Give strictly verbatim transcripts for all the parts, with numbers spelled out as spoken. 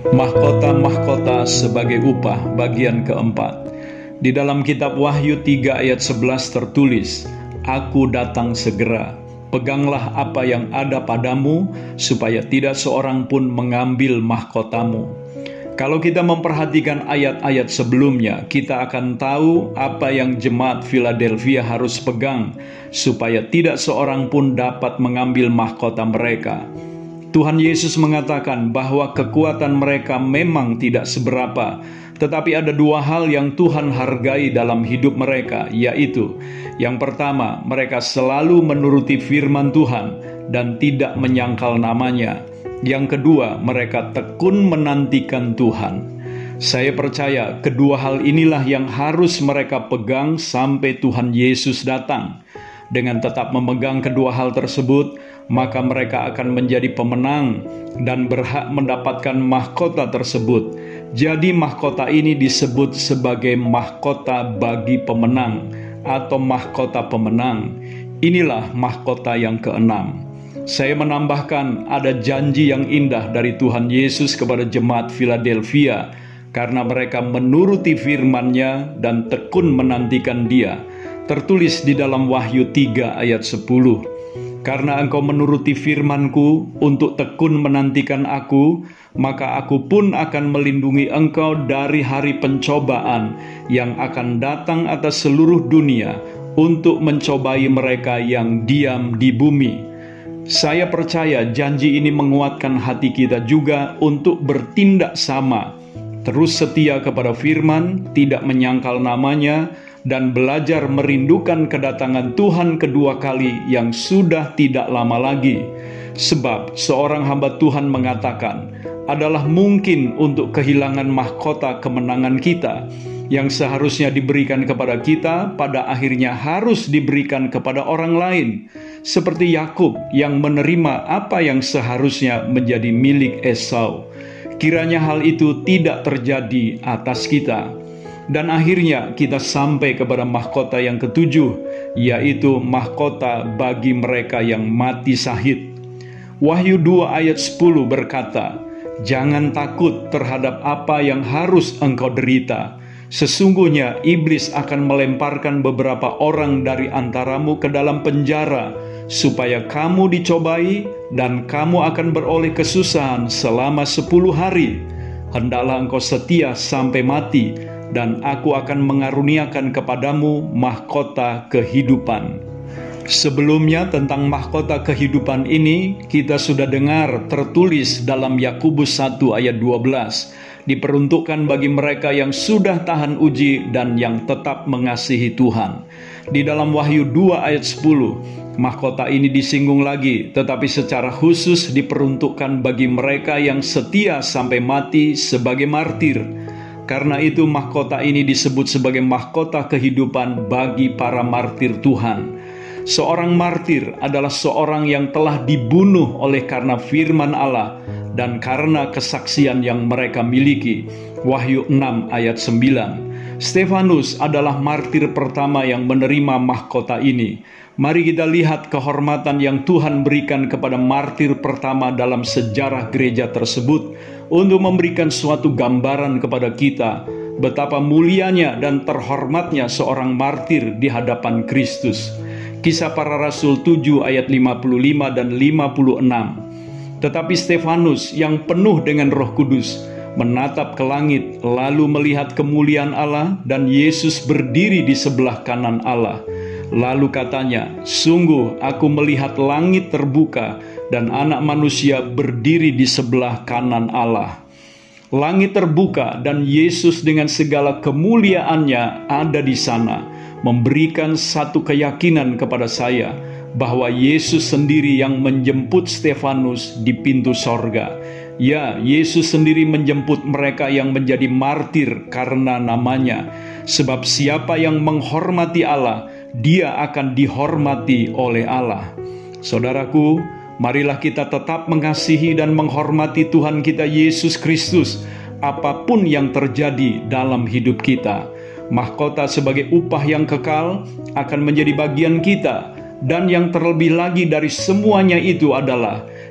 Mahkota-mahkota sebagai upah, bagian keempat. Di dalam kitab Wahyu tiga ayat sebelas tertulis, "Aku datang segera, peganglah apa yang ada padamu, supaya tidak seorang pun mengambil mahkotamu." Kalau kita memperhatikan ayat-ayat sebelumnya, kita akan tahu apa yang jemaat Philadelphia harus pegang, supaya tidak seorang pun dapat mengambil mahkota mereka. Tuhan Yesus mengatakan bahwa kekuatan mereka memang tidak seberapa, tetapi ada dua hal yang Tuhan hargai dalam hidup mereka, yaitu yang pertama, mereka selalu menuruti firman Tuhan dan tidak menyangkal namanya. Yang kedua, mereka tekun menantikan Tuhan. Saya percaya kedua hal inilah yang harus mereka pegang sampai Tuhan Yesus datang. Dengan tetap memegang kedua hal tersebut, maka mereka akan menjadi pemenang dan berhak mendapatkan mahkota tersebut. Jadi mahkota ini disebut sebagai mahkota bagi pemenang atau mahkota pemenang. Inilah mahkota yang keenam. Saya menambahkan ada janji yang indah dari Tuhan Yesus kepada jemaat Philadelphia karena mereka menuruti firman-Nya dan tekun menantikan Dia. Tertulis di dalam Wahyu tiga ayat sepuluh, "Karena engkau menuruti firman-Ku untuk tekun menantikan Aku, maka Aku pun akan melindungi engkau dari hari pencobaan yang akan datang atas seluruh dunia untuk mencobai mereka yang diam di bumi." Saya percaya janji ini menguatkan hati kita juga untuk bertindak sama, terus setia kepada firman, tidak menyangkal namanya, dan belajar merindukan kedatangan Tuhan kedua kali yang sudah tidak lama lagi. Sebab seorang hamba Tuhan mengatakan, adalah mungkin untuk kehilangan mahkota kemenangan kita, yang seharusnya diberikan kepada kita, pada akhirnya harus diberikan kepada orang lain. Seperti Yakub yang menerima apa yang seharusnya menjadi milik Esau. Kiranya hal itu tidak terjadi atas kita. Dan akhirnya kita sampai kepada mahkota yang ketujuh, yaitu mahkota bagi mereka yang mati syahid. Wahyu dua ayat sepuluh berkata, "Jangan takut terhadap apa yang harus engkau derita. Sesungguhnya iblis akan melemparkan beberapa orang dari antaramu ke dalam penjara, supaya kamu dicobai dan kamu akan beroleh kesusahan selama sepuluh hari. Hendaklah engkau setia sampai mati, dan aku akan mengaruniakan kepadamu mahkota kehidupan." Sebelumnya tentang mahkota kehidupan ini kita sudah dengar tertulis dalam Yakobus satu ayat dua belas, diperuntukkan bagi mereka yang sudah tahan uji dan yang tetap mengasihi Tuhan. Di dalam Wahyu dua ayat sepuluh, mahkota ini disinggung lagi, tetapi secara khusus diperuntukkan bagi mereka yang setia sampai mati sebagai martir. Karena itu mahkota ini disebut sebagai mahkota kehidupan bagi para martir Tuhan. Seorang martir adalah seorang yang telah dibunuh oleh karena firman Allah dan karena kesaksian yang mereka miliki. Wahyu enam ayat sembilan. Stefanus adalah martir pertama yang menerima mahkota ini. Mari kita lihat kehormatan yang Tuhan berikan kepada martir pertama dalam sejarah gereja tersebut untuk memberikan suatu gambaran kepada kita betapa mulianya dan terhormatnya seorang martir di hadapan Kristus. Kisah Para Rasul tujuh ayat lima puluh lima dan lima puluh enam. Tetapi Stefanus yang penuh dengan Roh Kudus menatap ke langit, lalu melihat kemuliaan Allah dan Yesus berdiri di sebelah kanan Allah. Lalu katanya, "Sungguh aku melihat langit terbuka dan Anak Manusia berdiri di sebelah kanan Allah." Langit terbuka dan Yesus dengan segala kemuliaannya ada di sana, memberikan satu keyakinan kepada saya bahwa Yesus sendiri yang menjemput Stefanus di pintu sorga. Ya, Yesus sendiri menjemput mereka yang menjadi martir karena namanya. Sebab siapa yang menghormati Allah, dia akan dihormati oleh Allah. Saudaraku, marilah kita tetap mengasihi dan menghormati Tuhan kita Yesus Kristus, apapun yang terjadi dalam hidup kita. Mahkota sebagai upah yang kekal akan menjadi bagian kita. Dan yang terlebih lagi dari semuanya itu adalah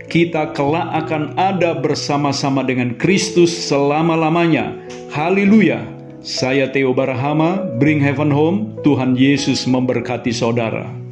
kita kelak akan ada bersama-sama dengan Kristus selama-lamanya. Haleluya. Saya Theo Barahama, Bring Heaven Home. Tuhan Yesus memberkati saudara.